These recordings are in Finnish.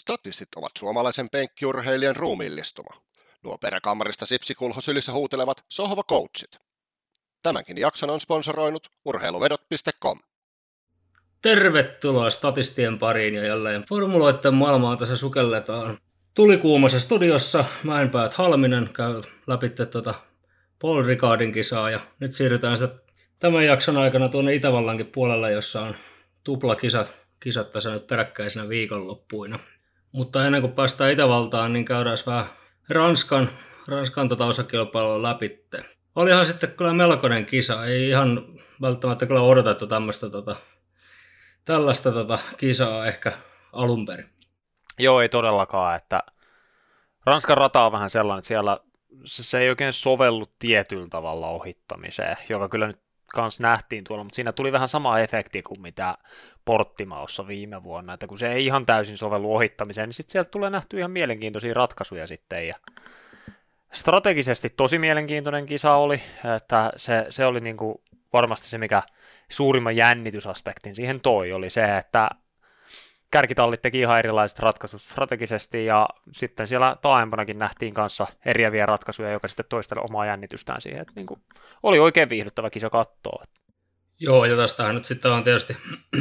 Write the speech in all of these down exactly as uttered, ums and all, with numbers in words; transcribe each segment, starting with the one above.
Statistit ovat suomalaisen penkkiurheilijan ruumiillistuma. Nuo peräkammarista sipsikulho sylissä huutelevat sohvacoachit. Tämänkin jakson on sponsoroinut urheiluvedot piste com. Tervetuloa statistien pariin ja jälleen formuloiden maailmaa tässä sukelletaan. Tulikuumassa studiossa Mäenpäät Halminen käy läpi tuota Paul Ricardin kisaa ja nyt siirrytään sitten tämän jakson aikana tuonne Itävallankin puolelle, jossa on tuplakisat kisat tässä nyt peräkkäisenä viikonloppuina. Mutta ennen kuin päästään Itävaltaan, niin käydään vähän Ranskan, Ranskan tota osakilpailua läpi. Olihan sitten kyllä melkoinen kisa, ei ihan välttämättä kyllä odotettu tämmöistä tota, tällaista tota, kisaa ehkä alun perin. Joo, ei todellakaan, että Ranskan rata on vähän sellainen, että siellä se, se ei oikein sovellu tietyllä tavalla ohittamiseen, joka kyllä nyt kans nähtiin tuolla, mutta siinä tuli vähän sama efekti kuin mitä Porttimaossa viime vuonna, että kun se ei ihan täysin sovellu ohittamiseen, niin sitten sieltä tulee nähty ihan mielenkiintoisia ratkaisuja sitten, ja strategisesti tosi mielenkiintoinen kisa oli, että se, se oli niinku varmasti se, mikä suurimman jännitysaspektin siihen toi, oli se, että kärkitallit teki ihan erilaiset ratkaisut strategisesti, ja sitten siellä taaempanakin nähtiin kanssa eriäviä ratkaisuja, joka sitten toisteli omaa jännitystään siihen, että niin kuin oli oikein viihdyttävä kisa katsoa. Joo, ja tästähän nyt sitten on tietysti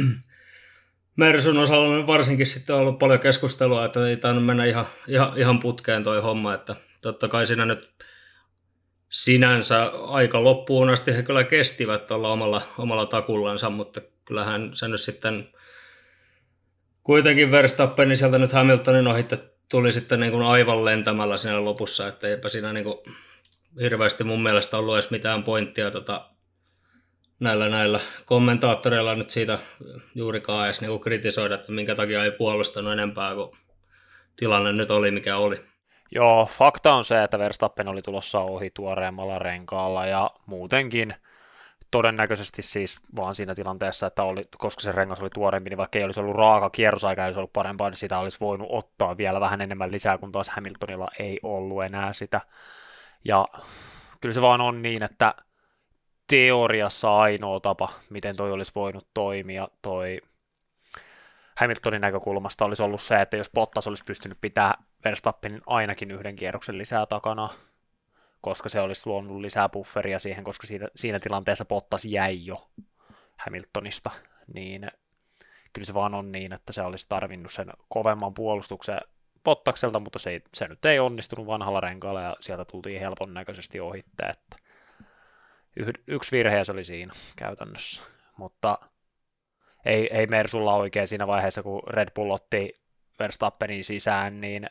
Mersun osalla varsinkin sitten ollut paljon keskustelua, että ei tainnut mennä ihan, ihan, ihan putkeen toi homma, että totta kai siinä nyt sinänsä aika loppuun asti he kyllä kestivät tuolla omalla, omalla takullansa, mutta kyllähän se nyt sitten kuitenkin Verstappenin sieltä nyt Hamiltonin ohitte tuli sitten niin kuin aivan lentämällä siinä lopussa, että eipä siinä niin kuin hirveästi mun mielestä ollut edes mitään pointtia tota, näillä, näillä kommentaattoreilla nyt siitä juurikaan edes niin kuin kritisoida, että minkä takia ei puolustanut enempää, kun tilanne nyt oli mikä oli. Joo, fakta on se, että Verstappen oli tulossa ohi tuoreemmalla renkaalla ja muutenkin todennäköisesti siis vaan siinä tilanteessa, että oli, koska se rengas oli tuoreempi, niin vaikka ei olisi ollut raaka kierrosaika, ei olisi ollut parempaa, niin sitä olisi voinut ottaa vielä vähän enemmän lisää, kun taas Hamiltonilla ei ollut enää sitä. Ja kyllä se vaan on niin, että teoriassa ainoa tapa, miten toi olisi voinut toimia, toi Hamiltonin näkökulmasta olisi ollut se, että jos Bottas olisi pystynyt pitämään Verstappenin ainakin yhden kierroksen lisää takana, koska se olisi luonut lisää bufferia siihen, koska siinä, siinä tilanteessa Bottas jäi jo Hamiltonista, niin kyllä se vaan on niin, että se olisi tarvinnut sen kovemman puolustuksen Bottakselta, mutta se, ei, se nyt ei onnistunut vanhalla renkaalla ja sieltä tultiin helpon näköisesti ohitte, että yksi virhe se oli siinä käytännössä, mutta ei, ei Mersulla oikein siinä vaiheessa, kun Red Bull otti Verstappenin sisään, niin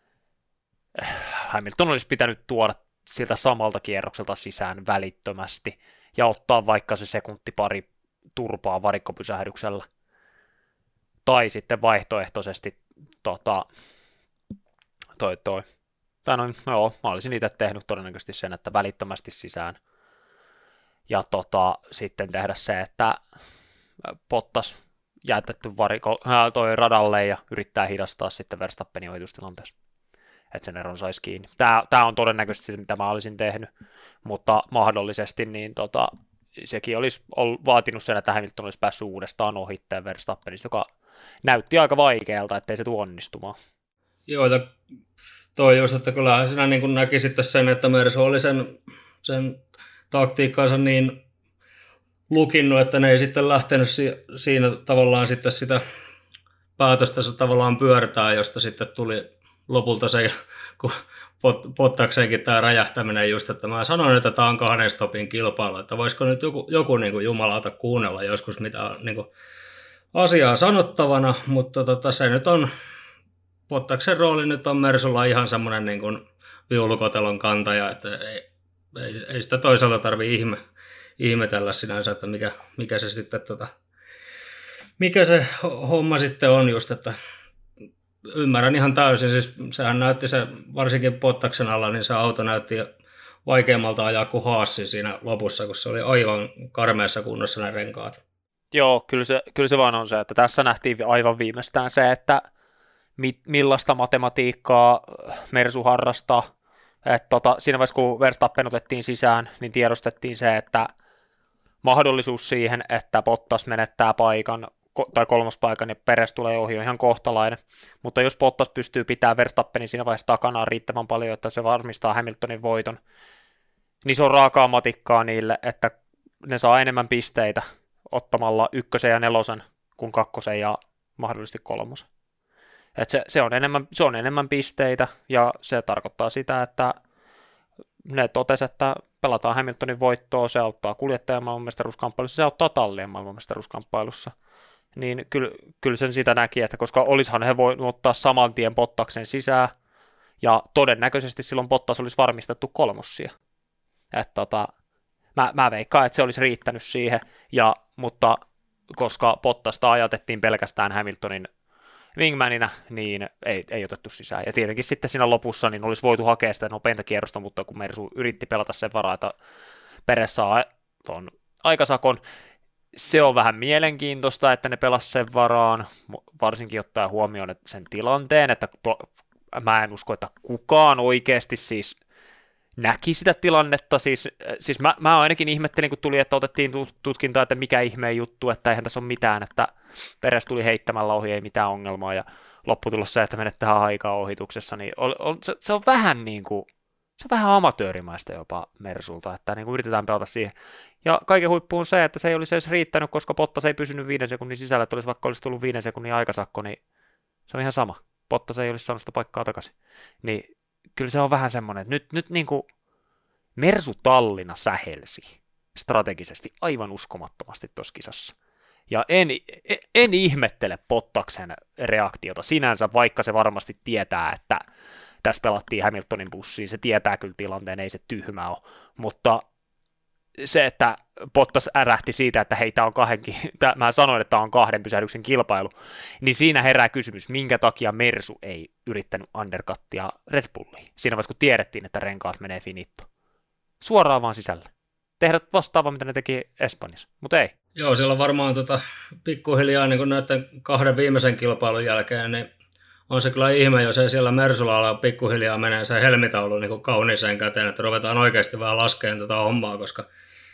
Hamilton olisi pitänyt tuoda siltä samalta kierrokselta sisään välittömästi ja ottaa vaikka se sekunti pari turpaa varikkopysähdyksellä. Tai sitten vaihtoehtoisesti tota, toi toi. Tai noin, no joo, mä olisin itse tehnyt todennäköisesti sen, että välittömästi sisään. Ja tota, sitten tehdä se, että Bottas jätetty variko, äh, toi radalle ja yrittää hidastaa sitten Verstappenin ohitustilanteessa, että sen eron saisi kiinni. Tää, tää on todennäköisesti mitä mä olisin tehnyt, mutta mahdollisesti niin tota, sekin olisi ollut, vaatinut sen, että Hamilton olisi päässyt uudestaan ohitteen Verstappenista, joka näytti aika vaikealta, ettei se tule onnistumaan. Joo, toi just, että kyllähän sinä niin kuin näki sitten sen, että Mersu oli sen, sen taktiikkaansa niin lukinnut, että ne ei sitten lähtenyt si- siinä tavallaan sitten sitä päätöstä tavallaan pyörtää, josta sitten tuli lopulta se, kun pot- Pottakseenkin tämä räjähtäminen just, että mä sanoin, että tämä on kahden stopin kilpailu, että voisiko nyt joku, joku niin kuin jumalauta kuunnella joskus mitä on niin kuin asiaa sanottavana, mutta tota, se nyt on, Pottaksen rooli nyt on Mersulla ihan semmoinen niin kuin viulukotelon kantaja, että ei, ei, ei sitä toisaalta tarvitse ihme, ihmetellä sinänsä, että mikä, mikä se sitten tota, mikä se homma sitten on just, että ymmärrän ihan täysin, siis sehän näytti se, varsinkin Pottaksen alla, niin se auto näytti vaikeammalta ajaa kuin Haassi siinä lopussa, kun se oli aivan karmeassa kunnossa ne renkaat. Joo, kyllä se, kyllä se vaan on se, että tässä nähtiin aivan viimeistään se, että mi, millaista matematiikkaa Mersu harrastaa. Et tota, siinä vaiheessa, kun Verstappen otettiin sisään, niin tiedostettiin se, että mahdollisuus siihen, että Bottas menettää paikan, tai kolmospaikan, niin Perez tulee ohi, on ihan kohtalainen. Mutta jos Bottas pystyy pitämään Verstappenin siinä vaiheessa takanaan riittävän paljon, että se varmistaa Hamiltonin voiton, niin se on raakaa matikkaa niille, että ne saa enemmän pisteitä ottamalla ykkösen ja nelosen kuin kakkosen ja mahdollisesti kolmosen. Et se, se, on enemmän, se on enemmän pisteitä, ja se tarkoittaa sitä, että ne totesi, että pelataan Hamiltonin voittoa, se auttaa kuljettajan maailmanmestaruuskamppailussa, se auttaa tallien maailmanmestaruuskamppailussa. Niin kyllä, kyllä sen sitä näki, että koska olisihan he voinut ottaa saman tien Bottaksen sisään, ja todennäköisesti silloin Bottas olisi varmistettu kolmossia. Että tota, mä, mä veikkaan, että se olisi riittänyt siihen, ja, mutta koska Bottasta ajatettiin pelkästään Hamiltonin wingmanina, niin ei, ei otettu sisään. Ja tietenkin sitten siinä lopussa niin olisi voitu hakea sitä nopeinta kierrosta, mutta kun Mersu yritti pelata sen varaa, että Perez saa tuon aikasakon, se on vähän mielenkiintoista, että ne pelasi sen varaan, varsinkin ottaa huomioon sen tilanteen, että to, mä en usko, että kukaan oikeasti siis näki sitä tilannetta, siis, siis mä, mä ainakin ihmettelin, kun tuli, että otettiin tutkintaa, että mikä ihmeen juttu, että eihän tässä ole mitään, että Perez tuli heittämällä ohi, ei mitään ongelmaa, ja lopputulos se, että menet tähän aikaa ohituksessa, niin on, on, se, se on vähän niin kuin, se on vähän amatöörimaista jopa Mersulta, että niin kuin yritetään pelata siihen. Ja kaiken huippu on se, että se ei olisi edes riittänyt, koska Bottas ei pysynyt viiden sekunnin sisällä, että olisi vaikka olisi tullut viiden sekunnin aikasakko, niin se on ihan sama. Bottas ei olisi saanut sitä paikkaa takaisin. Niin kyllä se on vähän semmoinen, että nyt, nyt niin kuin Mersu Tallinna sähelsi strategisesti aivan uskomattomasti tuossa kisassa. Ja en, en ihmettele Bottaksen reaktiota sinänsä, vaikka se varmasti tietää, että tässä pelattiin Hamiltonin bussiin, se tietää kyllä tilanteen, ei se tyhmä ole, mutta se, että Bottas ärähti siitä, että hei, tämä on kahdenkin, tää, mä sanoin, että tämä on kahden pysähdyksen kilpailu, niin siinä herää kysymys, minkä takia Mersu ei yrittänyt undercuttia Red Bulliin, siinä vaiheessa kun tiedettiin, että renkaat menee finitto. Suoraan vaan sisälle. Tehdä vastaava, mitä ne teki Espanjassa, mutta ei. Joo, siellä on varmaan tota, pikkuhiljaa niin näiden kahden viimeisen kilpailun jälkeen, niin on se kyllä ihme, jos ei siellä Mersulalla pikkuhiljaa menee se helmitaulu niin kuin kauniiseen käteen, että ruvetaan oikeasti vähän laskemaan tuota hommaa, koska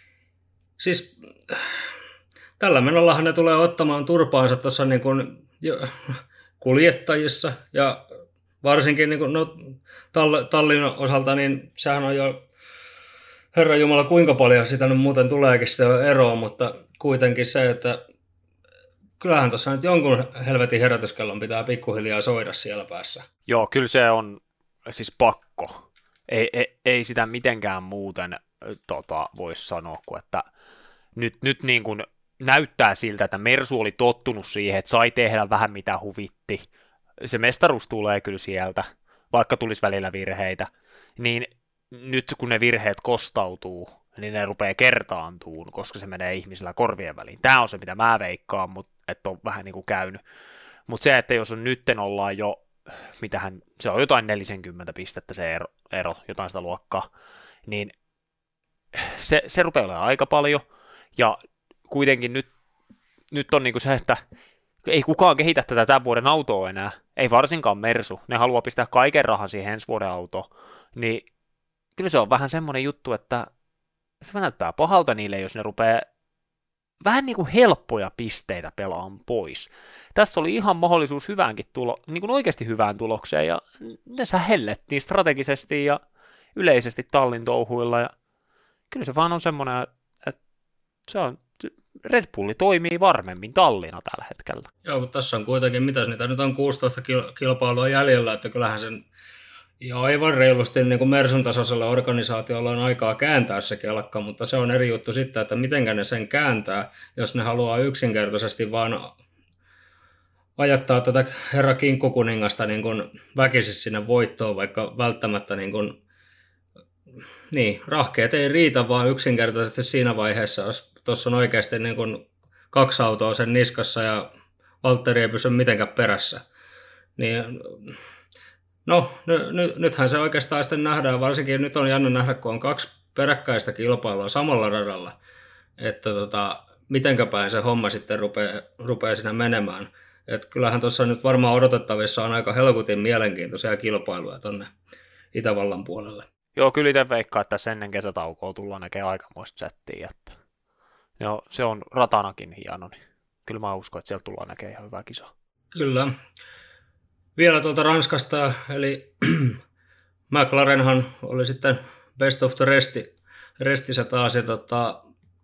siis tällä menollahan ne tulee ottamaan turpaansa tuossa niin kuin kuljettajissa ja varsinkin niin kuin, no, tallin osalta, niin sehän on jo herranjumala kuinka paljon sitä nyt muuten tuleekin sitä eroa, mutta kuitenkin se, että kyllähän tuossa nyt jonkun helvetin herätyskellon pitää pikkuhiljaa soida siellä päässä. Joo, kyllä se on siis pakko. Ei, ei, ei sitä mitenkään muuten tota, voisi sanoa, kuin että nyt, nyt niin kuin näyttää siltä, että Mersu oli tottunut siihen, että sai tehdä vähän mitä huvitti. Se mestaruus tulee kyllä sieltä, vaikka tulisi välillä virheitä. Niin nyt kun ne virheet kostautuu, niin ne rupeaa kertaantuun, koska se menee ihmisillä korvien väliin. Tämä on se, mitä mä veikkaan, mutta että on vähän niin kuin käynyt. Mutta se, että jos on nytten ollaan jo, mitähän, se on jotain neljäkymmentä pistettä se ero, ero jotain sitä luokkaa, niin se, se rupeaa olemaan aika paljon, ja kuitenkin nyt, nyt on niin kuin se, että ei kukaan kehitä tätä tämän vuoden autoa enää, ei varsinkaan Mersu, ne haluaa pistää kaiken rahan siihen ensi vuoden autoon, niin kyllä se on vähän semmoinen juttu, että se näyttää pahalta niille, jos ne rupeaa vähän niin kuin helppoja pisteitä pelaamaan pois. Tässä oli ihan mahdollisuus hyväänkin tulo, niin kuin oikeasti hyvään tulokseen, ja ne sähellettiin strategisesti ja yleisesti tallin touhuilla, ja kyllä se vaan on semmoinen, että se on, Red Bulli toimii varmemmin tallina tällä hetkellä. Joo, mutta tässä on kuitenkin, mitäs niitä nyt on kuusitoista kilpailua jäljellä, että kyllähän sen ja aivan reilusti niin kuin Mersun tasoisella organisaatiolla on aikaa kääntää se kelkka, mutta se on eri juttu sitten, että miten ne sen kääntää, jos ne haluaa yksinkertaisesti vaan ajattaa tätä herra kinkkukuningasta niin kuin väkisin sinne voittoon, vaikka välttämättä niin kuin, niin, rahkeet ei riitä, vaan yksinkertaisesti siinä vaiheessa, jos tuossa on oikeasti niin kuin kaksi autoa sen niskassa ja Valtteri ei pysy mitenkään perässä, niin no, ny, ny, nythän se oikeastaan sitten nähdään, varsinkin nyt on jännä nähdä, kun on kaksi peräkkäistä kilpailua samalla radalla, että tota, mitenkä päin se homma sitten rupeaa, rupeaa siinä menemään. Et kyllähän tuossa nyt varmaan odotettavissa on aika helkutin mielenkiintoisia kilpailuja tuonne Itävallan puolelle. Joo, kyllä itse veikkaa, että tässä ennen kesätaukoa tullaan näkemään aikamoista settiä. Että joo, se on ratanakin hieno, niin kyllä mä uskon, että sieltä tullaan näkemään ihan hyvää kisaa. Kyllä. Vielä tuolta Ranskasta, eli McLarenhan oli sitten best of the resti, restissä taas, ja tota,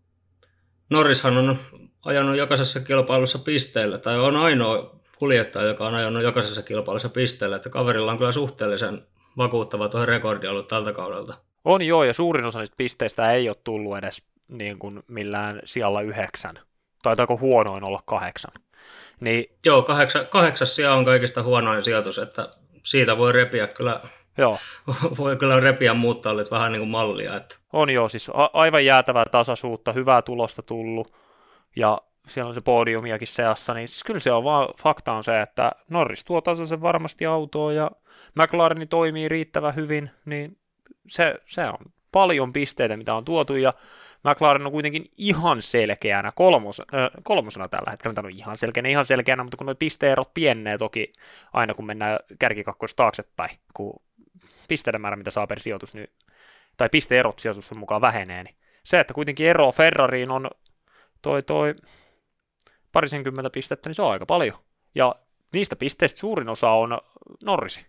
Norrishan on ajanut jokaisessa kilpailussa pisteellä, tai on ainoa kuljettaja, joka on ajanut jokaisessa kilpailussa pisteellä, että kaverilla on kyllä suhteellisen vakuuttava tuo rekordi ollut tältä kaudelta. On joo, ja suurin osa niistä pisteistä ei ole tullut edes niin kuin millään sijalla yhdeksän. Taitaako huonoin olla kahdeksan? Niin, joo, kahdeksa, kahdeksas sija on kaikista huonoin sijoitus, että siitä voi repiä kyllä, joo. voi kyllä repiä muuttaa olit vähän niin kuin mallia. Että. On joo, siis a- aivan jäätävää tasaisuutta, hyvää tulosta tullut, ja siellä on se podiumiakin seassa, niin siis kyllä se on vaan, fakta on se, että Norris tuo tasaisen varmasti autoon, ja McLaren toimii riittävän hyvin, niin se, se on paljon pisteitä, mitä on tuotu, ja McLaren on kuitenkin ihan selkeänä kolmos, äh, kolmosena tällä hetkellä, tämä on ihan selkeänä, ihan selkeänä, mutta kun nuo pisteerot pienenee toki aina, kun mennään kärkikakkoista taaksepäin, kun pisteiden määrä, mitä saa per sijoitus, niin, tai pisteerot sijoitusten mukaan vähenee, niin se, että kuitenkin ero Ferrariin on toi, toi parisenkymmentä pistettä, niin se on aika paljon, ja niistä pisteistä suurin osa on Norrisi.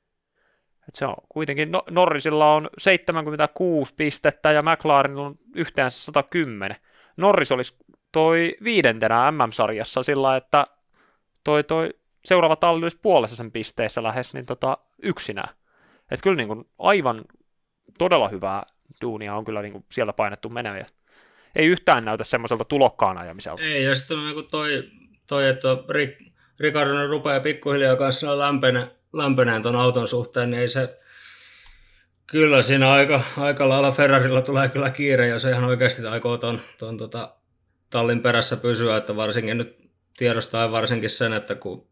Et se on kuitenkin, no, Norrisilla on seitsemänkymmentäkuusi pistettä ja McLarenilla on yhteensä sata kymmenen. Norris olisi toi viidentenä M M-sarjassa sillä, että toi, toi seuraava talli olisi puolessa sen pisteissä lähes niin tota, yksinään. Et kyllä niin kuin aivan todella hyvää duunia on kyllä niin kuin siellä painettu menemään. Ei yhtään näytä semmoiselta tulokkaan ajamiselta. Ei, ja sitten on niin toi, toi, että Rick, Ricardo rupeaa pikkuhiljaa kanssa lämpeneen, lämpeneen ton auton suhteen, niin ei se, kyllä siinä aika, aika lailla Ferrarilla tulee kyllä kiire, jos ihan oikeasti aikoo ton, ton tota, tallin perässä pysyä, että varsinkin nyt tiedostaa varsinkin sen, että kun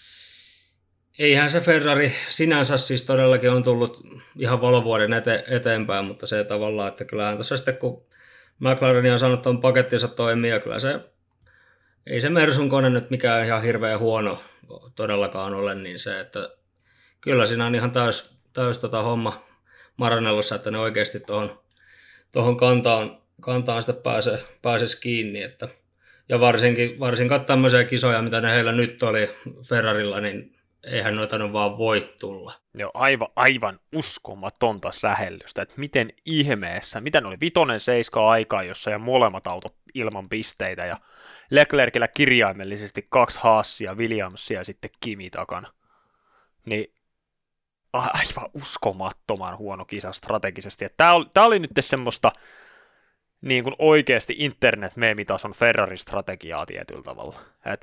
eihän se Ferrari sinänsä siis todellakin on tullut ihan valovuoden ete, eteenpäin, mutta se tavallaan, että kyllähän tuossa sitten kun McLaren on saanut ton pakettinsa toimia, kyllä se ei se Mersun kone nyt mikään ihan hirveän huono todellakaan ole, niin se, että kyllä siinä on ihan täys, täys tota homma Maranellossa, että ne oikeasti tuohon tohon kantaan, kantaan sitten pääsee, pääsisi kiinni. Että, ja varsinkin, varsinkaan tämmöisiä kisoja, mitä ne heillä nyt oli Ferrarilla, niin eihän noita nyt vaan voi tulla. Joo, aivan, aivan uskomatonta sähellystä, että miten ihmeessä, miten oli vitonen seiska aikaa, jossa ja molemmat autot ilman pisteitä, ja Leclercillä kirjaimellisesti kaksi Haasia, Williamsia ja sitten Kimi takana. Niin aivan uskomattoman huono kisa strategisesti. Tämä oli, tämä oli nyt semmoista niin kuin oikeasti internet-meemitason Ferrari-strategiaa tietyllä tavalla.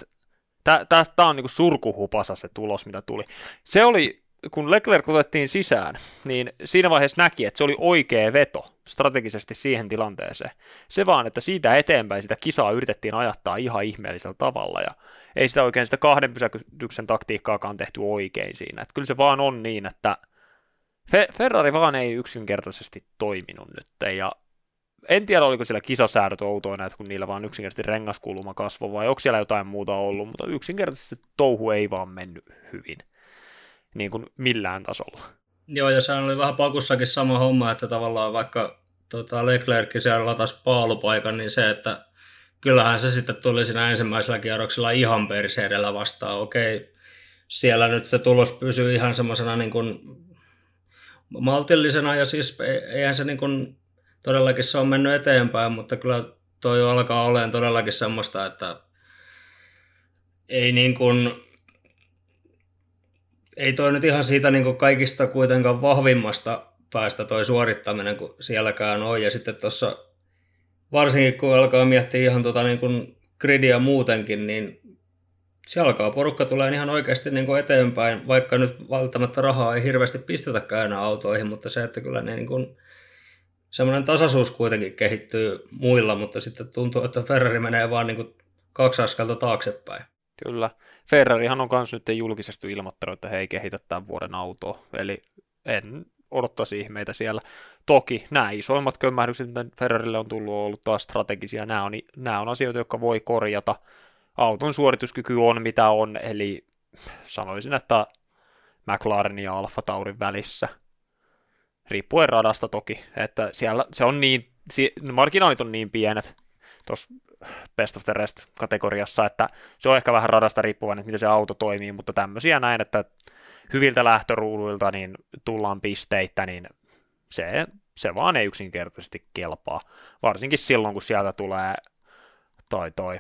Tämä on niin kuin surkuhupasa se tulos, mitä tuli. Se oli, kun Leclerc otettiin sisään, niin siinä vaiheessa näki, että se oli oikea veto strategisesti siihen tilanteeseen. Se vaan, että siitä eteenpäin sitä kisaa yritettiin ajattaa ihan ihmeellisellä tavalla, ja ei sitä oikein sitä kahden pysäkityksen taktiikkaakaan tehty oikein siinä. Että kyllä se vaan on niin, että Fe- Ferrari vaan ei yksinkertaisesti toiminut nyt, ja en tiedä, oliko siellä kisasäädöt outoina, että kun niillä vaan yksinkertaisesti rengaskulma kasvoi, vai onko siellä jotain muuta ollut, mutta yksinkertaisesti touhu ei vaan mennyt hyvin, niin kuin millään tasolla. Joo, ja sehän oli vähän pakussakin sama homma, että tavallaan vaikka tota Leclerc siellä latasi paalupaikan, niin se, että kyllähän se sitten tuli siinä ensimmäisellä kierroksella ihan perseedellä vastaan. Okei, siellä nyt se tulos pysyy ihan semmoisena niin kuin maltillisena, ja siis eihän se niin kuin todellakin se on mennyt eteenpäin, mutta kyllä toi alkaa olemaan todellakin semmoista, että ei niin kuin, ei toi nyt ihan siitä niin kuin kaikista kuitenkaan vahvimmasta päästä toi suorittaminen, kun sielläkään on. Ja sitten tuossa, varsinkin kun alkaa miettiä ihan tota niin kuin gridia muutenkin, niin se alkaa porukka tulee ihan oikeasti niin kuin eteenpäin, vaikka nyt välttämättä rahaa ei hirveästi pistetäkään enää autoihin, mutta se, että kyllä ne niin kuin semmoinen tasaisuus kuitenkin kehittyy muilla, mutta sitten tuntuu, että Ferrari menee vaan niin kuin kaksi askelta taaksepäin. Kyllä. Ferrarihan on myös nyt julkisesti ilmoittanut, että he ei kehitä tämän vuoden autoa, eli en odottaisi ihmeitä siellä. Toki nämä isoimmat kömmähdykset, mitä Ferrarille on tullut, on ollut taas strategisia. Nämä on, nämä on asioita, jotka voi korjata. Auton suorituskyky on mitä on, eli sanoisin, että McLaren ja Alfa Taurin välissä, riippuen radasta toki, että siellä se on niin, marginaalit on niin pienet. Tuossa best of the rest-kategoriassa, että se on ehkä vähän radasta riippuvainen, että miten se auto toimii, mutta tämmöisiä näin, että hyviltä lähtöruuduilta niin tullaan pisteitä, niin se, se vaan ei yksinkertaisesti kelpaa. Varsinkin silloin, kun sieltä tulee toi toi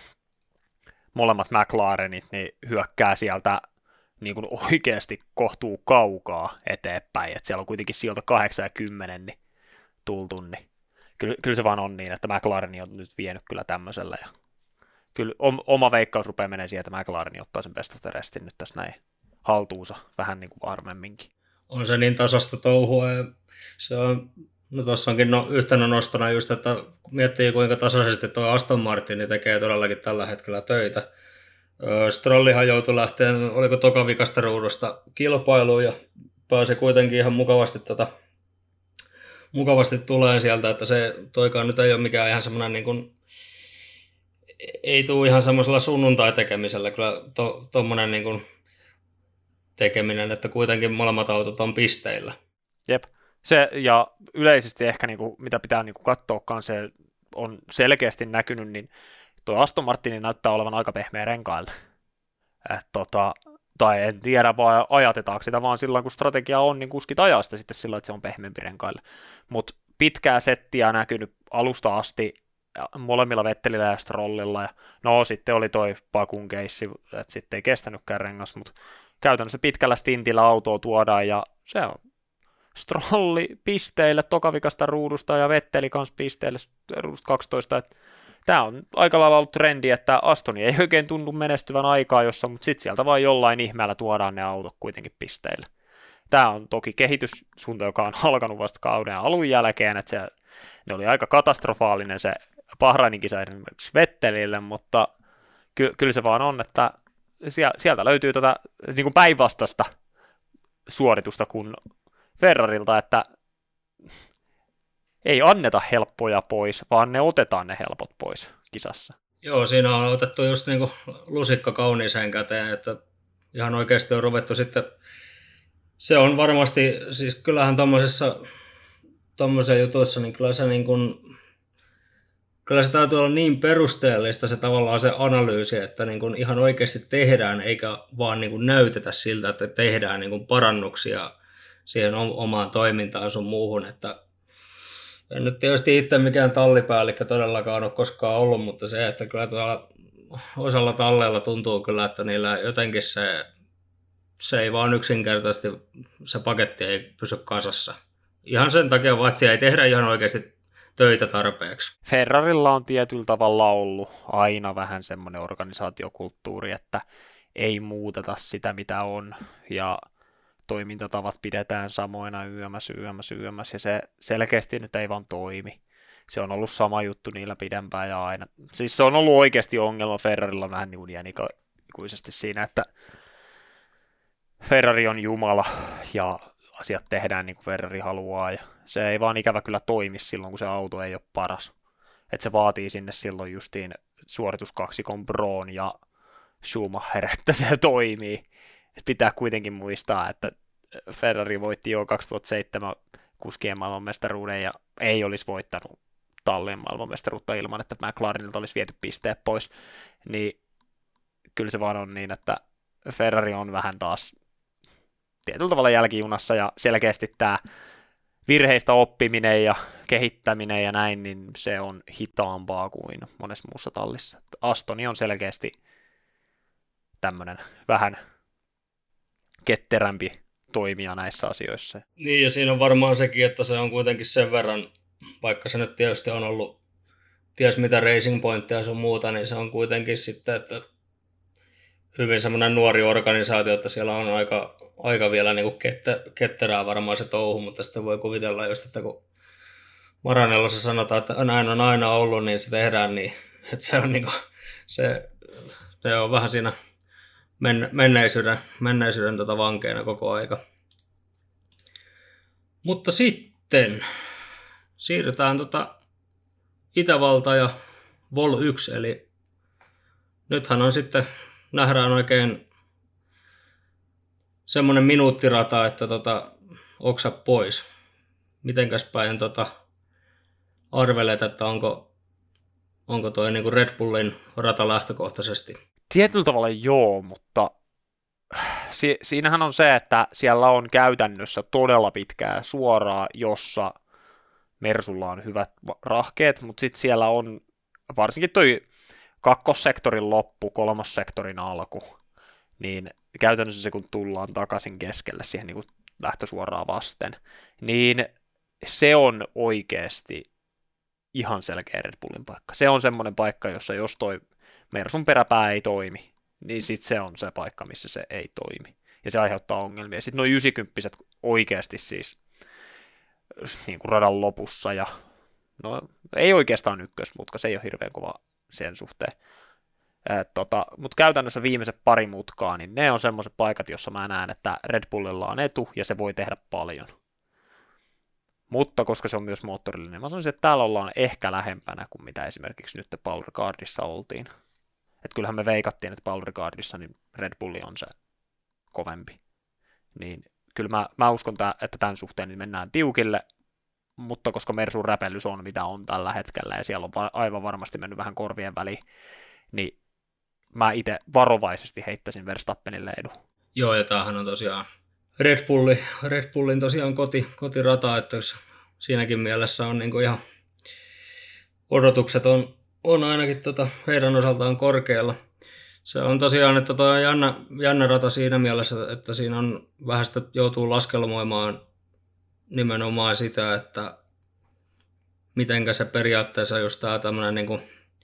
molemmat McLarenit, niin hyökkää sieltä niin kuin oikeasti kohtuu kaukaa eteenpäin, että siellä on kuitenkin sieltä kahdeksan ja kymmenen niin tultu, niin kyllä, kyllä se vaan on niin, että McLaren on nyt vienyt kyllä tämmöisellä, ja kyllä oma veikkaus rupeaa menee siihen, että McLaren ottaa sen best of the restin nyt tässä näin haltuunsa vähän niin kuin varmemminkin. On se niin tasasta touhua, ja se on, no tuossa onkin no, yhtenä nostona just, että kun miettii kuinka tasaisesti tuo Aston Martin tekee todellakin tällä hetkellä töitä. Strollihan joutui lähteen, oliko toka vikasta ruudusta kilpailuun ja pääsi kuitenkin ihan mukavasti, tota, mukavasti tulee sieltä, että se toikaan nyt ei ole mikään ihan semmoinen niin kuin, ei tule ihan semmoisella sunnuntai-tekemisellä kyllä to, tommonen niin kuin tekeminen, että kuitenkin molemmat autot on pisteillä. Jep, se ja yleisesti ehkä niin kuin, mitä pitää niin kuin katsoakaan, se on selkeästi näkynyt, niin tuo Aston Martin näyttää olevan aika pehmeä renkailta. Et, tota, tai en tiedä, vaan ajatetaanko sitä vaan silloin, kun strategia on, niin kuskit ajaa sitä sitten sillä, että se on pehmeämpi renkaille. Mutta pitkää settiä näkynyt alusta asti molemmilla Vettelillä ja Strollilla. Ja no sitten oli toi Bakun keissi, että sitten ei kestänytkään rengas, mutta käytännössä pitkällä stintillä autoa tuodaan ja se on Strolli pisteille tokavikasta ruudusta ja Vetteli kanssa pisteille ruudusta kaksitoista. Et tämä on aika lailla ollut trendi, että Astoni ei oikein tunnu menestyvän aikaa jossa, mutta sitten sieltä vaan jollain ihmeellä tuodaan ne autot kuitenkin pisteille. Tämä on toki kehityssuunta, joka on alkanut vasta kauden alun jälkeen, että se, ne oli aika katastrofaalinen se Bahrainin kisa esimerkiksi Vettelille, mutta ky- kyllä se vaan on, että sieltä löytyy tätä niin kuin päinvastaista suoritusta kuin Ferrarilta, että ei anneta helppoja pois, vaan ne otetaan ne helpot pois kisassa. Joo, siinä on otettu just niin kuin lusikka kauniiseen käteen, että ihan oikeasti on ruvettu sitten, se on varmasti, siis kyllähän tommosessa, tommosessa jutuissa, niin kyllä se niin kuin, kyllä se täytyy olla niin perusteellista se tavallaan se analyysi, että niin kuin ihan oikeasti tehdään, eikä vaan niin kuin näytetä siltä, että tehdään niin kuin parannuksia siihen omaan toimintaan sun muuhun, että en nyt tietysti itse mikään tallipäällikkö todellakaan ole koskaan ollut, mutta se, että kyllä tuolla osalla talleilla tuntuu kyllä, että niillä jotenkin se, se ei vaan yksinkertaisesti, se paketti ei pysy kasassa. Ihan sen takia vaan, että siellä ei tehdä ihan oikeasti töitä tarpeeksi. Ferrarilla on tietyllä tavalla ollut aina vähän semmoinen organisaatiokulttuuri, että ei muuteta sitä, mitä on, ja toimintatavat pidetään samoina yömäs, yömäs, yömäs, ja se selkeästi nyt ei vaan toimi. Se on ollut sama juttu niillä pidempään ja aina. Siis se on ollut oikeasti ongelma Ferrarilla vähän niin kuin iänikuisesti siinä, että Ferrari on jumala ja asiat tehdään niin kuin Ferrari haluaa, ja se ei vaan ikävä kyllä toimi silloin, kun se auto ei ole paras. Että se vaatii sinne silloin justiin suorituskaksikon Brown ja Schumacher, että se toimii. Et pitää kuitenkin muistaa, että Ferrari voitti jo kaksituhattaseitsemän kuskien maailmanmestaruuden ja ei olisi voittanut tallien maailmanmestaruutta ilman, että McLarenilta olisi viety pisteet pois, niin kyllä se vaan on niin, että Ferrari on vähän taas tietyllä tavalla jälkijunassa ja selkeästi tämä virheistä oppiminen ja kehittäminen ja näin, niin se on hitaampaa kuin monessa muussa tallissa. Astoni on selkeästi tämmöinen vähän ketterämpi toimija näissä asioissa. Niin, ja siinä on varmaan sekin, että se on kuitenkin sen verran, vaikka se nyt tietysti on ollut ties mitä Racing Pointtia ja sun muuta, niin se on kuitenkin sitten, että hyvin semmoinen nuori organisaatio, että siellä on aika, aika vielä niin kuin kette, ketterää varmaan se touhu, mutta sitten voi kuvitella just, että kun Maranellossa sanotaan, että näin on aina ollut, niin se tehdään niin, että se on, niin kuin, se, se on vähän siinä menneisyyden, menneisyyden tota vankeina koko aika. Mutta sitten siirrytään tota Itävalta ja Vol yksi, eli nythän on sitten, nähdään oikein semmoinen minuuttirata, että tota, oksa pois. Mitenkäs päin tota arvelet, että onko, onko toi niin kuin Red Bullin rata lähtökohtaisesti? Tietyllä tavalla joo, mutta si- siinähän on se, että siellä on käytännössä todella pitkää suoraa, jossa Mersulla on hyvät rahkeet, mutta sitten siellä on varsinkin toi kakkossektorin loppu, kolmossektorin alku, niin käytännössä se kun tullaan takaisin keskelle siihen niin kuin lähtösuoraa vasten, niin se on oikeasti ihan selkeä Red Bullin paikka. Se on semmoinen paikka, jossa jos toi Mersun peräpää ei toimi, niin sitten se on se paikka, missä se ei toimi. Ja se aiheuttaa ongelmia. Sitten nuo yhdeksänkymmentä oikeasti siis niin kuin radan lopussa, ja no ei oikeastaan ykkösmutka, se ei ole hirveän kova sen suhteen. Tota, mutta käytännössä viimeiset pari mutkaa, niin ne on semmoiset paikat, jossa mä näen, että Red Bullilla on etu, ja se voi tehdä paljon. Mutta koska se on myös moottorillinen, niin mä sanoisin, että täällä ollaan ehkä lähempänä kuin mitä esimerkiksi nyt Paul Ricardissa oltiin. Että kyllähän me veikattiin, että Paul Ricardissa niin Red Bulli on se kovempi. Niin kyllä mä, mä uskon, että tämän suhteen niin mennään tiukille, mutta koska Mersun räpellys on mitä on tällä hetkellä, ja siellä on va- aivan varmasti mennyt vähän korvien väliin, niin mä itse varovaisesti heittäisin Verstappenille edun. Joo, ja tämähän on tosiaan Red, Bulli, Red Bullin tosiaan koti, kotirata, että siinäkin mielessä on niinku ihan odotukset on, on ainakin tota heidän osaltaan korkealla. Se on tosiaan, että tuo on jännä, jännä rata siinä mielessä, että siinä on vähän sitä joutuu laskelmoimaan nimenomaan sitä, että mitenkä se periaatteessa just tämä tämmöinen niinku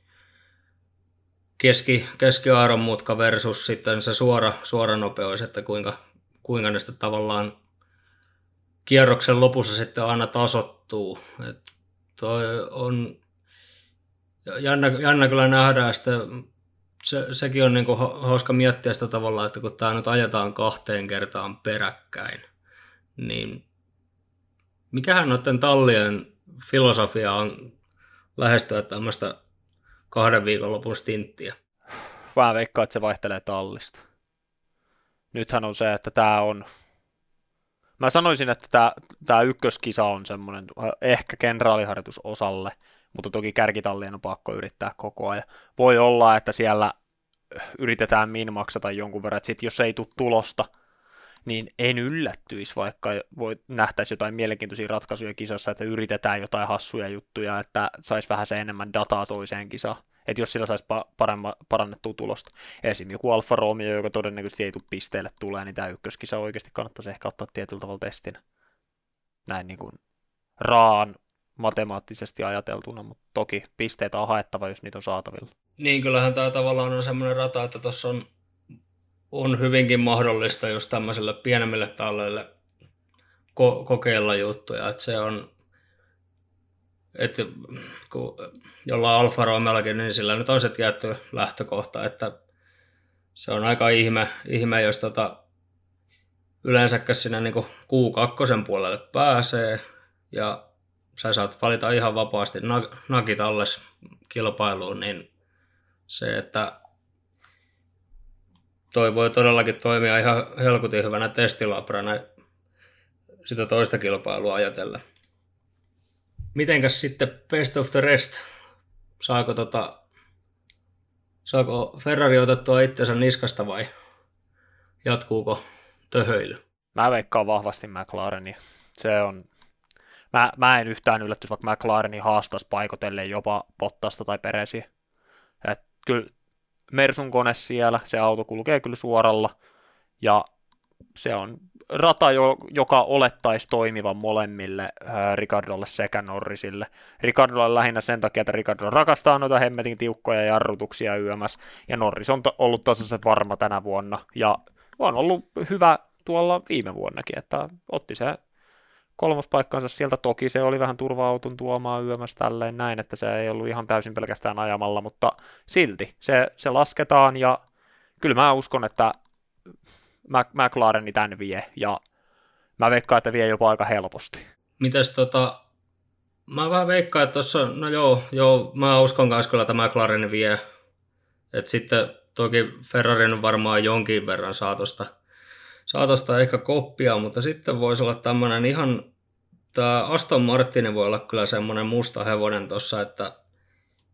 keski, keskiaaron mutka versus sitten se suora, suora nopeus, että kuinka, kuinka ne sitten tavallaan kierroksen lopussa sitten aina tasoittuu. Et toi on jännä, jännä kyllä nähdään, sitten se, sekin on niinku hauska miettiä sitä tavallaan, että kun tämä nyt ajetaan kahteen kertaan peräkkäin, niin mikähän noiden tallien filosofia on lähestyä tämmöistä kahden viikonlopun stinttiä? Mä veikkaan, että se vaihtelee tallista. Nythän on se, että tämä on... Mä sanoisin, että tämä, tämä ykköskisa on semmoinen ehkä kenraaliharjoitus osalle, mutta toki kärkitallien on pakko yrittää koko ajan. Voi olla, että siellä yritetään min-maksata jonkun verran, että sit jos ei tule tulosta, niin en yllättyisi, vaikka voi nähtäisi jotain mielenkiintoisia ratkaisuja kisassa, että yritetään jotain hassuja juttuja, että saisi vähän se enemmän dataa toiseen kisaan. Että jos sillä saisi paremma, parannettua tulosta. Esimerkiksi joku Alfa Romeo, joka todennäköisesti ei tule pisteelle tulee, niin tämä ykköskisa oikeasti kannattaisi ehkä ottaa tietyllä tavalla testinä. Näin niin kuin raan matemaattisesti ajateltuna, mutta toki pisteitä on haettava, jos niitä on saatavilla. Niin, kyllähän tämä tavallaan on semmoinen rata, että tuossa on, on hyvinkin mahdollista just tämmöiselle pienemmille talleille ko- kokeilla juttuja. Että se on, että kun jollain Alfa Romeollakin, niin sillä nyt on se tietty lähtökohta, että se on aika ihme, ihme jos tota yleensäkään sinne niin Q kaksi puolelle pääsee ja sä saat valita ihan vapaasti nakit alles kilpailuun, niin se, että toi voi todellakin toimia ihan helkutin hyvänä testilabrana sitä toista kilpailua ajatellen. Mitenkäs sitten best of the rest? Saako, tota, saako Ferrari otettua itsensä niskasta vai jatkuuko töhöily? Mä veikkaan vahvasti McLarenia. Se on... Mä, mä en yhtään yllättyisi, vaikka McLareni haastaisi paikotellen jopa Bottasta tai Peresiä. Et kyllä Mersun kone siellä, se auto kulkee kyllä suoralla, ja se on rata, joka olettaisi toimivan molemmille äh, Ricardolle sekä Norrisille. Ricardolle lähinnä sen takia, että Ricardo rakastaa noita hemmetin tiukkoja jarrutuksia yömässä, ja Norris on to- ollut tasaisen varma tänä vuonna, ja on ollut hyvä tuolla viime vuonnakin, että otti se kolmospaikkansa sieltä. Toki se oli vähän turva-auton tuomaa yömässä tälleen näin, että se ei ollut ihan täysin pelkästään ajamalla, mutta silti se, se lasketaan, ja kyllä mä uskon, että McLareni tän vie, ja mä veikkaan, että vie jopa aika helposti. Mites tota, mä vähän veikkaan, että tossa, no joo, joo mä uskon kanssa kyllä, että McLareni vie, että sitten toki Ferrarin on varmaan jonkin verran saatosta, saatosta ehkä koppia, mutta sitten voisi olla tämmöinen ihan, tämä Aston Martin voi olla kyllä semmoinen musta hevonen tossa, että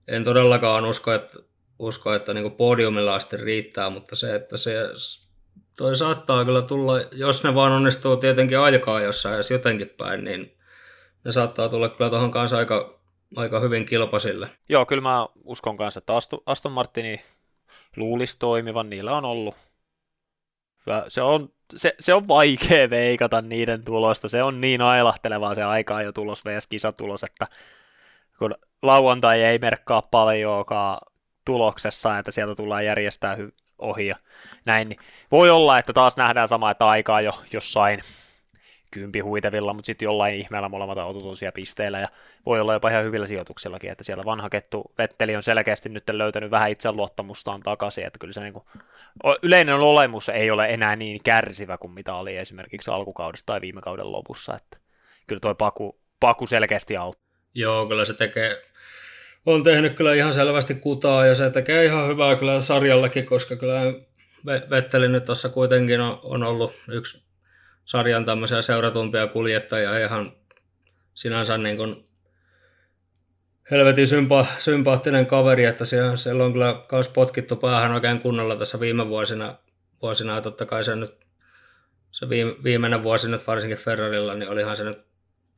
en todellakaan usko, että, usko, että niin kuin podiumilla asti riittää, mutta se, että se toi saattaa kyllä tulla, jos ne vaan onnistuu tietenkin aikaa jossain, jos jotenkin päin, niin ne saattaa tulla kyllä tuohon kanssa aika, aika hyvin kilpasille. Joo, kyllä mä uskon kanssa, että Aston Martinin luulisi toimivan, niillä on ollut. Se on, se, se on vaikea veikata niiden tulosta, se on niin ailahtelevaa se aikaa jo tulos versus kisatulos, että kun lauantai ei merkkaa paljoakaan tuloksessa, että sieltä tullaan järjestää hy- ohi ja näin, niin voi olla, että taas nähdään sama, että aikaa jo jossain kympi huitevilla, mutta sitten jollain ihmeellä molemmat autot on siellä pisteillä, ja voi olla jopa ihan hyvillä sijoituksillakin, että siellä vanha kettu Vetteli on selkeästi nyt löytänyt vähän itseluottamustaan takaisin, että kyllä se niin kuin, yleinen olemus ei ole enää niin kärsivä kuin mitä oli esimerkiksi alkukaudesta tai viime kauden lopussa, että kyllä toi Baku, Baku selkeästi auttaa. Joo, kyllä se tekee, on tehnyt kyllä ihan selvästi kutaa, ja se tekee ihan hyvää kyllä sarjallakin, koska kyllä Vetteli nyt tuossa kuitenkin on, on ollut yksi sarjan tämmöisiä seuratumpia kuljettajia, ihan sinänsä niin kuin helvetin sympa, sympaattinen kaveri, että siellä, siellä on kyllä myös potkittu päähän oikein kunnolla tässä viime vuosina, vuosina ja totta kai se nyt, se viime, viimeinen vuosi nyt varsinkin Ferrarilla, niin olihan se nyt,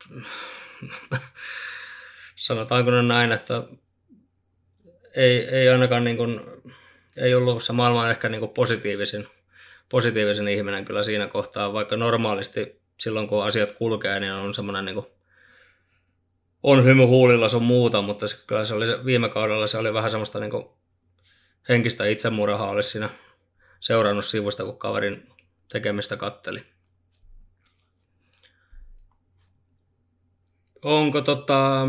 sanotaanko nyt näin, että ei, ei ainakaan niin kuin, ei ollut se maailman ehkä niin kuin positiivisin, positiivisen ihminen kyllä siinä kohtaa, vaikka normaalisti silloin kun asiat kulkee, niin on semmoinen niin kuin, on hymy huulilla sun muuta, mutta se, kyllä se oli viime kaudella se oli vähän semmoista niin kuin henkistä itsemurhaa olisi siinä seurannut sivusta, kun kaverin tekemistä katteli. Onko tota,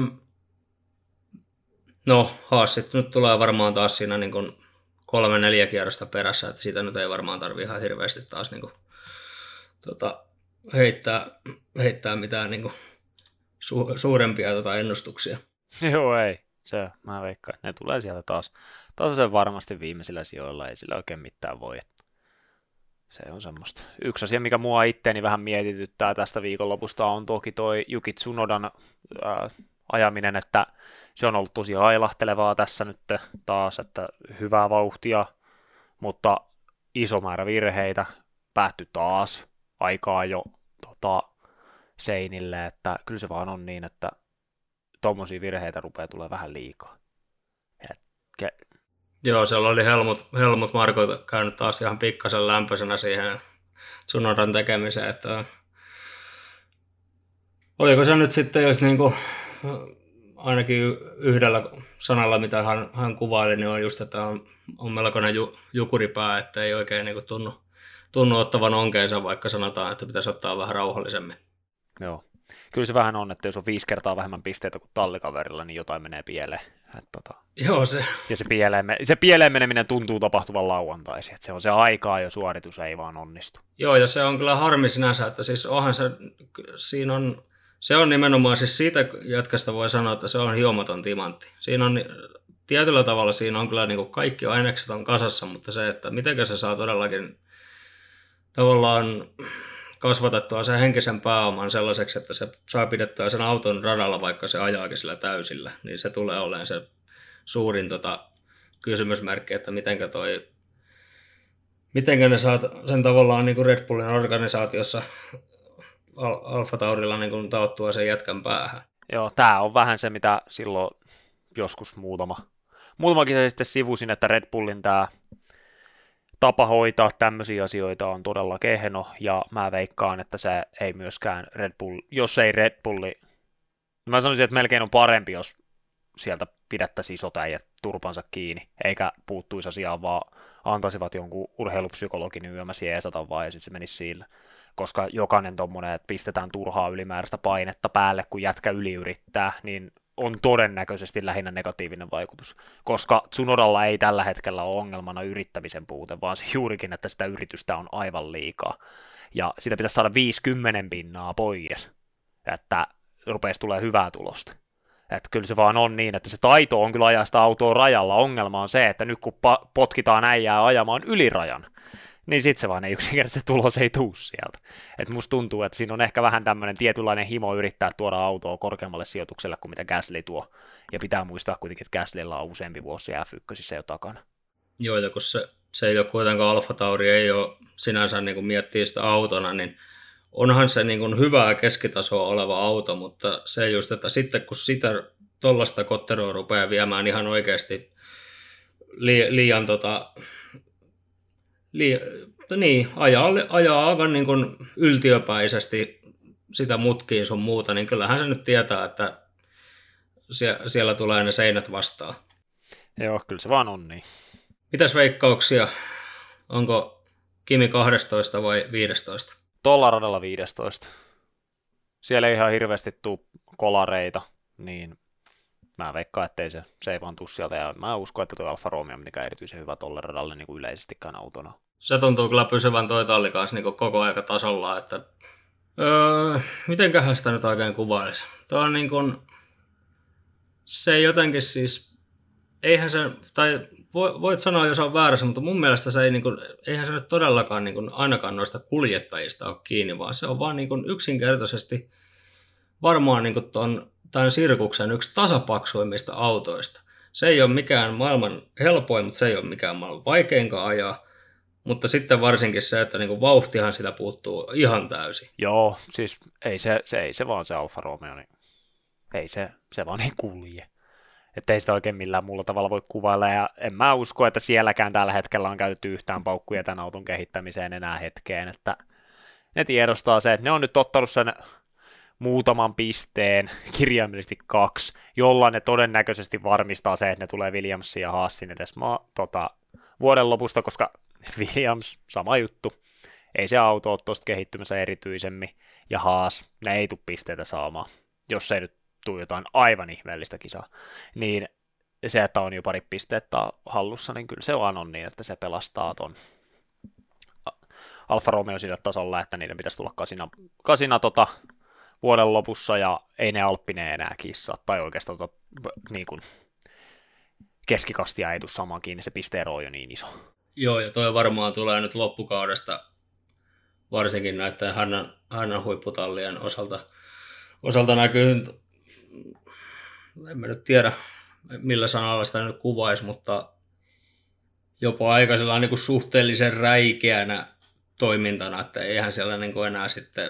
no Haasit nyt tulee varmaan taas siinä niin kuin kolme neljä kierrosta perässä, että siitä nyt ei varmaan tarvitse ihan hirveästi taas niin kuin, tota, heittää, heittää mitään niin kuin, su, suurempia tota, ennustuksia. Joo, ei. Se, mä veikkaan, ne tulee sieltä taas tasaisen varmasti viimeisillä sijoilla, ei sillä oikein mitään voi. Se on semmoista. Yksi asia, mikä mua itteeni vähän mietityttää tästä viikonlopusta, on toki toi Yuki Tsunodan ää, ajaminen, että se on ollut tosi ailahtelevaa tässä nyt taas, että hyvää vauhtia, mutta iso määrä virheitä, päättyi taas aikaa jo tota, seinille, että kyllä se vaan on niin, että tommosia virheitä rupeaa tulee vähän liikaa. Etkä... Joo, siellä oli Helmut, Helmut Marko käynyt taas ihan pikkasen lämpöisenä siihen Tsunodan tekemiseen, että oliko se nyt sitten, jos niinku ainakin yhdellä sanalla, mitä hän, hän kuvaili, niin on just, että on, on melkoinen ju, jukuripää, että ei oikein niin kuin tunnu, tunnu ottavan onkeensa, vaikka sanotaan, että pitäisi ottaa vähän rauhallisemmin. Joo. Kyllä se vähän on, että jos on viisi kertaa vähemmän pisteitä kuin tallikaverilla, niin jotain menee pieleen. Että, tota... Joo, se. Ja se pieleen, se pieleen meneminen tuntuu tapahtuvan lauantaisin, että se on se aikaa jo suoritus ei vaan onnistu. Joo, ja se on kyllä harmi sinänsä, että siis onhan se, siinä on, se on nimenomaan, siis siitä jätkästä voi sanoa, että se on hiomaton timantti. Siinä on, tietyllä tavalla siinä on kyllä niin kuin kaikki ainekset on kasassa, mutta se, että miten se saa todellakin tavallaan kasvatettua sen henkisen pääoman sellaiseksi, että se saa pidettyä sen auton radalla, vaikka se ajaakin sillä täysillä, niin se tulee olemaan se suurin tota, kysymysmerkki, että mitenkä toi, mitenkä ne saa sen tavallaan niin kuin Red Bullin organisaatiossa Al- Alfa Taurilla niin kuin taottua sen jätkän päähän. Joo, tää on vähän se, mitä silloin joskus muutama, muutamakin se sitten sivusin, että Red Bullin tää tapa hoitaa tämmöisiä asioita on todella kehno, ja mä veikkaan, että se ei myöskään Red Bull, jos ei Red Bulli, mä sanoisin, että melkein on parempi, jos sieltä pidettäisiin isot äijät turpansa kiinni, eikä puuttuisi asiaan, vaan antaisivat jonkun urheilupsykologin yömäsi jeesata vaan, ja sitten se menisi sillä. Koska jokainen tommonen, että pistetään turhaa ylimääräistä painetta päälle, kun jätkä yliyrittää, niin on todennäköisesti lähinnä negatiivinen vaikutus, koska Tsunodalla ei tällä hetkellä ole ongelmana yrittämisen puute, vaan se juurikin, että sitä yritystä on aivan liikaa, ja sitä pitäisi saada viisikymmentä pinnaa pois, että rupeaisi tulee hyvää tulosta. Että kyllä se vaan on niin, että se taito on kyllä ajaa sitä autoa rajalla, ongelma on se, että nyt kun potkitaan äijää ajamaan yli rajan, niin sitten se vaan ei yksinkertaisesti tulos ei tuu sieltä. Et musta tuntuu, että siinä on ehkä vähän tämmöinen tietynlainen himo yrittää tuoda autoa korkeammalle sijoitukselle kuin mitä Gasly tuo. Ja pitää muistaa kuitenkin, että Gaslylla on useampi vuosi F yksi jo takana. Joo, ja kun se, se ei ole kuitenkaan Alfa Tauri, ei ole sinänsä niin kuin miettii sitä autona, niin onhan se niin kuin hyvää keskitasoa oleva auto, mutta se just, että sitten kun sitä tuollaista kotteroa rupeaa viemään ihan oikeasti li, liian tota, li, niin, ajaa, ajaa aivan niin kuin yltiöpäisesti sitä mutkiin sun muuta, niin kyllähän se nyt tietää, että sie, siellä tulee ne seinät vastaan. Joo, kyllä se vaan on niin. Mitäs veikkauksia? Onko Kimi kaksitoista vai viisitoista? Tuolla radalla viisitoista. Siellä ei ihan hirveästi tule kolareita, niin mä veikkaan, että se, se ei vaan tule sieltä. Ja mä uskon, että tuo Alfa Romeo on mitenkään erityisen hyvä tuolle radalle niin kuin yleisestikään autona. Se tuntuu kyllä pysyvän toi talli kanssa niin koko aika tasolla, että öö, mitenköhän sitä nyt oikein kuvailisi? Tuo on niin kuin, se jotenkin siis, eihän se, tai voit sanoa, jos on väärässä, mutta mun mielestä se ei, niin kuin, eihän se nyt todellakaan niin kuin, ainakaan noista kuljettajista ole kiinni, vaan se on vaan niin kuin, yksinkertaisesti varmaan niin kuin, ton, tämän sirkuksen yksi tasapaksuimmista autoista. Se ei ole mikään maailman helpoin, mutta se ei ole mikään maailman vaikeinkaan ajaa. Mutta sitten varsinkin se, että niinku vauhtihan sitä puuttuu ihan täysin. Joo, siis ei se, se, ei se vaan se Alfa Romeo, niin ei se, se vaan ei kulje. Että ei sitä oikein millään muulla tavalla voi kuvailla, ja en mä usko, että sielläkään tällä hetkellä on käytetty yhtään paukkuja tämän auton kehittämiseen enää hetkeen, että ne tiedostaa se, että ne on nyt ottanut sen muutaman pisteen, kirjaimellisesti kaksi, jolla ne todennäköisesti varmistaa se, että ne tulee Williamsin ja Haasin edes maa, tota, vuoden lopusta, koska Williams, sama juttu, ei se auto ole tuosta kehittymässä erityisemmin, ja Haas, ne ei tule pisteitä saamaan, jos ei nyt tule jotain aivan ihmeellistä kisaa, niin se, että on jo pari pistettä hallussa, niin kyllä se vaan on niin, että se pelastaa ton Alfa Romeo sillä tasolla, että niiden pitäisi tulla kasina, kasina tota, vuoden lopussa, ja ei ne Alppineen enää kissaa, tai oikeastaan tota, niin kuin keskikastia ei tule samaan kiinni, se pisteero on jo niin iso. Joo, ja toi varmaan tulee nyt loppukaudesta, varsinkin näiden Hannan, Hannan huipputallien osalta, osalta näkyy, en mä nyt tiedä millä sanalla sitä nyt kuvaisi, mutta jopa aika sellainen niin kuin suhteellisen räikeänä toimintana, että eihän siellä niin kuin enää sitten,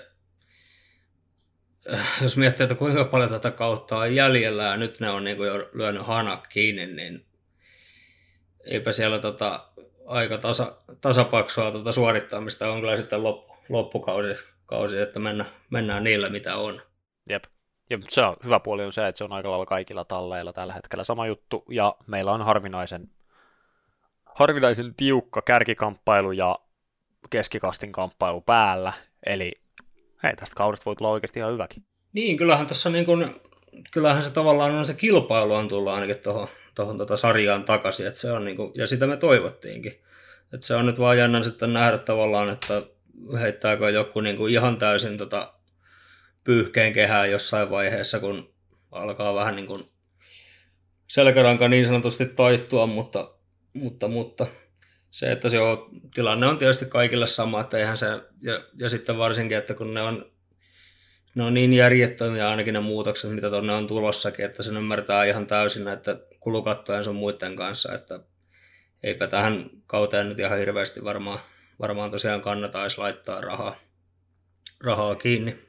jos miettii, että kuinka paljon tätä kautta on jäljellä ja nyt ne on niin kuin jo lyönyt hanat kiinni, niin eipä siellä tota aika tasa, tasapaksua tuota suorittamista on kyllä sitten loppu, loppukausi, kausi, että mennä, mennään niillä mitä on. Jep. Ja se on, hyvä puoli on se, että se on aika lailla kaikilla talleilla tällä hetkellä sama juttu, ja meillä on harvinaisen, harvinaisen tiukka kärkikamppailu ja keskikastin kamppailu päällä, eli hei, tästä kaudesta voi tulla oikeasti ihan hyväkin. Niin, kyllähän tässä niin kuin, kyllähän se tavallaan on se kilpailu on tullut ainakin tuohon tuohon tota sarjaan takaisin, että se on niin kuin, ja sitä me toivottiinkin. Että se on nyt vaan jännä sitten nähdä tavallaan, että heittääkö joku niin kuin ihan täysin tota pyyhkeen kehää jossain vaiheessa, kun alkaa vähän niin kuin selkäranka niin sanotusti taittua, mutta, mutta, mutta se, että se on, tilanne on tietysti kaikille sama, että eihän se, ja, ja sitten varsinkin, että kun ne on, ne on niin järjettömiä ainakin ne muutokset, mitä tuonne on tulossakin, että sen ymmärtää ihan täysin näitä kulukattojen sun muiden kanssa, että eipä tähän kauteen nyt ihan hirveästi varmaan, varmaan tosiaan kannata edes laittaa rahaa, rahaa kiinni.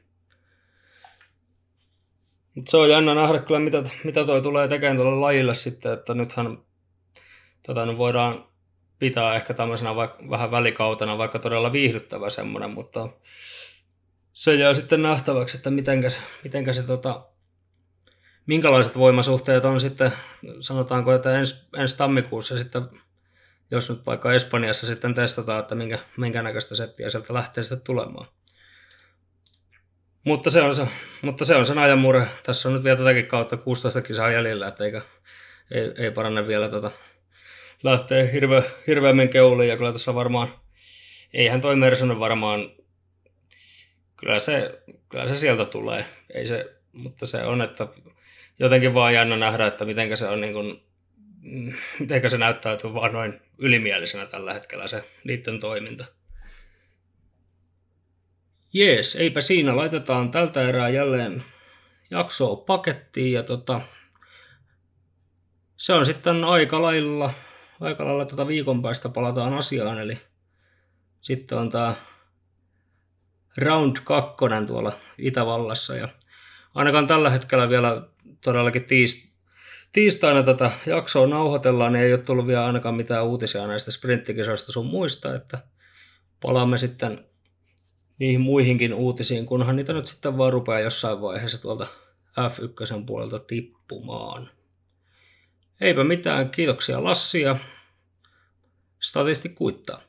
Mutta se on jännä nähdä kyllä, mitä, mitä toi tulee tekemään tuolle lajille sitten, että nythän tätä nyt voidaan pitää ehkä tämmöisenä vaikka, vähän välikautena, vaikka todella viihdyttävä semmoinen, mutta se jää sitten nähtäväksi, että mitenkä, mitenkä se, tota, minkälaiset voimasuhteet on sitten, sanotaanko, että ens, ensi tammikuussa sitten, jos nyt vaikka Espanjassa sitten testataan, että minkä, minkä näköistä settiä sieltä lähtee sitten tulemaan. Mutta se on se, mutta se on sen ajan murhe. Tässä on nyt vielä tätäkin kautta kuusitoista kisaa jäljellä, että eikä, ei, ei paranne vielä tota, lähtee hirve, hirveämmin keuliin, ja kyllä tässä varmaan, eihän toi Mersunen varmaan, kyllä se, kyllä se sieltä tulee, ei se, mutta se on, että jotenkin vaan jännä nähdä, että mitenkä se on niin kuin, mitenkä se näyttäytyy vaan noin ylimielisenä tällä hetkellä se niiden toiminta. Jees, eipä siinä, laitetaan tältä erää jälleen jaksoa pakettiin, ja tota, se on sitten aika lailla, aika lailla tätä viikon päästä palataan asiaan, eli sitten on tämä round kakkonen tuolla Itävallassa, ja ainakaan tällä hetkellä vielä todellakin tiist- tiistaina tätä jaksoa nauhoitellaan, niin ei ole tullut vielä ainakaan mitään uutisia näistä sprinttikisoista sun muista, että palaamme sitten niihin muihinkin uutisiin, kunhan niitä nyt sitten vaan rupeaa jossain vaiheessa tuolta F yksi puolelta tippumaan. Eipä mitään, kiitoksia Lassi ja statisti kuittaa.